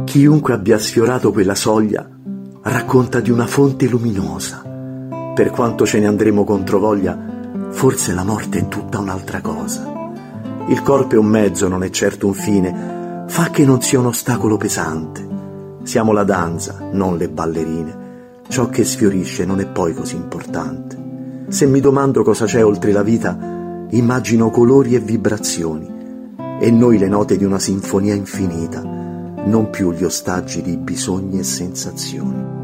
Chiunque abbia sfiorato quella soglia racconta di una fonte luminosa. Per quanto ce ne andremo controvoglia, forse la morte è tutta un'altra cosa. Il corpo è un mezzo, non è certo un fine, fa che non sia un ostacolo pesante. Siamo la danza, non le ballerine. Ciò che sfiorisce non è poi così importante. Se mi domando cosa c'è oltre la vita, immagino colori e vibrazioni, e noi le note di una sinfonia infinita, non più gli ostaggi di bisogni e sensazioni.